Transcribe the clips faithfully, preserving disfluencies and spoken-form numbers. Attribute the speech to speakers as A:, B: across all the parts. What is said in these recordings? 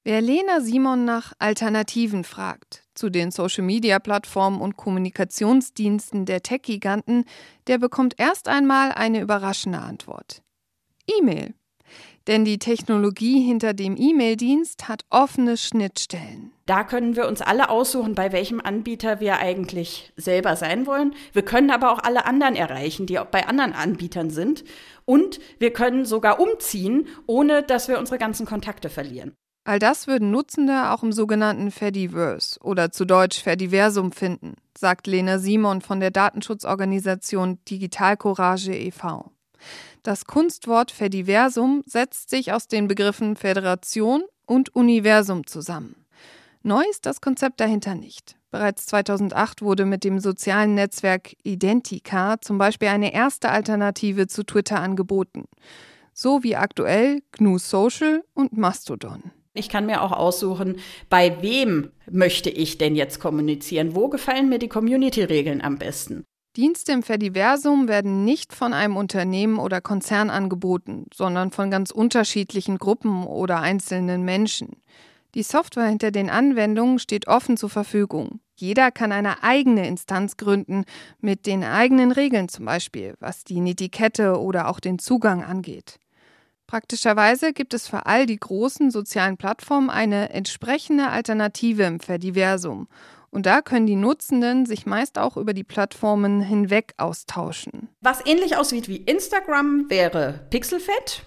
A: Wer Lena Simon nach Alternativen fragt zu den Social-Media-Plattformen und Kommunikationsdiensten der Tech-Giganten, der bekommt erst einmal eine überraschende Antwort. E-Mail. Denn die Technologie hinter dem E-Mail-Dienst hat offene Schnittstellen.
B: Da können wir uns alle aussuchen, bei welchem Anbieter wir eigentlich selber sein wollen. Wir können aber auch alle anderen erreichen, die auch bei anderen Anbietern sind. Und wir können sogar umziehen, ohne dass wir unsere ganzen Kontakte verlieren.
A: All das würden Nutzende auch im sogenannten Fediverse oder zu Deutsch Fediversum finden, sagt Lena Simon von der Datenschutzorganisation Digital Courage e V Das Kunstwort Fediversum setzt sich aus den Begriffen Föderation und Universum zusammen. Neu ist das Konzept dahinter nicht. Bereits zweitausendacht wurde mit dem sozialen Netzwerk Identica zum Beispiel eine erste Alternative zu Twitter angeboten. So wie aktuell G N U Social und Mastodon.
B: Ich kann mir auch aussuchen, bei wem möchte ich denn jetzt kommunizieren? Wo gefallen mir die Community-Regeln am besten?
A: Dienste im Fediversum werden nicht von einem Unternehmen oder Konzern angeboten, sondern von ganz unterschiedlichen Gruppen oder einzelnen Menschen. Die Software hinter den Anwendungen steht offen zur Verfügung. Jeder kann eine eigene Instanz gründen, mit den eigenen Regeln zum Beispiel, was die Netiquette oder auch den Zugang angeht. Praktischerweise gibt es für all die großen sozialen Plattformen eine entsprechende Alternative im Fediversum. Und da können die Nutzenden sich meist auch über die Plattformen hinweg austauschen.
B: Was ähnlich aussieht wie Instagram, wäre Pixelfed.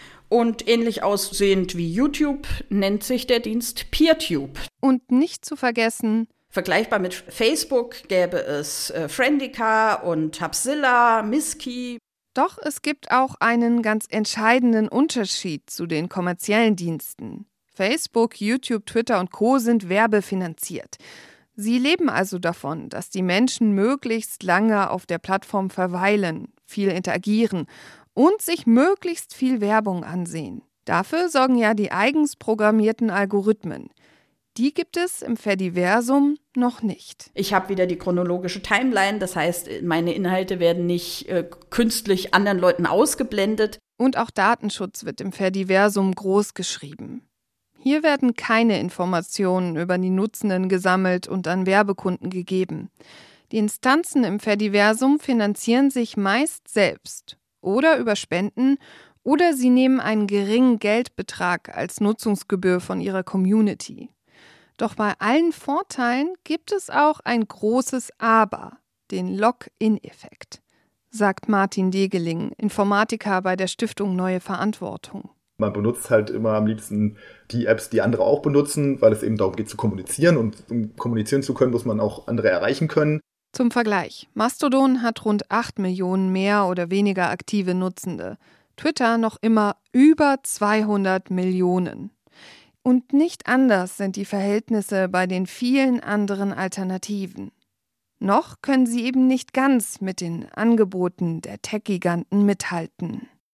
B: Und ähnlich aussehend wie YouTube nennt sich der Dienst PeerTube.
A: Und nicht zu vergessen,
B: vergleichbar mit Facebook gäbe es äh, Friendica und Hubzilla, Miski.
A: Doch es gibt auch einen ganz entscheidenden Unterschied zu den kommerziellen Diensten. Facebook, YouTube, Twitter und Co. sind werbefinanziert. Sie leben also davon, dass die Menschen möglichst lange auf der Plattform verweilen, viel interagieren und sich möglichst viel Werbung ansehen. Dafür sorgen ja die eigens programmierten Algorithmen. Die gibt es im Fediversum noch nicht.
B: Ich habe wieder die chronologische Timeline, das heißt, meine Inhalte werden nicht äh, künstlich anderen Leuten ausgeblendet.
A: Und auch Datenschutz wird im Fediversum groß geschrieben. Hier werden keine Informationen über die Nutzenden gesammelt und an Werbekunden gegeben. Die Instanzen im Fediversum finanzieren sich meist selbst oder über Spenden oder sie nehmen einen geringen Geldbetrag als Nutzungsgebühr von ihrer Community. Doch bei allen Vorteilen gibt es auch ein großes Aber, den Lock-in-Effekt, sagt Martin Degeling, Informatiker bei der Stiftung Neue Verantwortung.
C: Man benutzt halt immer am liebsten die Apps, die andere auch benutzen, weil es eben darum geht zu kommunizieren. Und um kommunizieren zu können, muss man auch andere erreichen können.
A: Zum Vergleich, Mastodon hat rund acht Millionen mehr oder weniger aktive Nutzende. Twitter noch immer über zweihundert Millionen. Und nicht anders sind die Verhältnisse bei den vielen anderen Alternativen. Noch können sie eben nicht ganz mit den Angeboten der Tech-Giganten mithalten.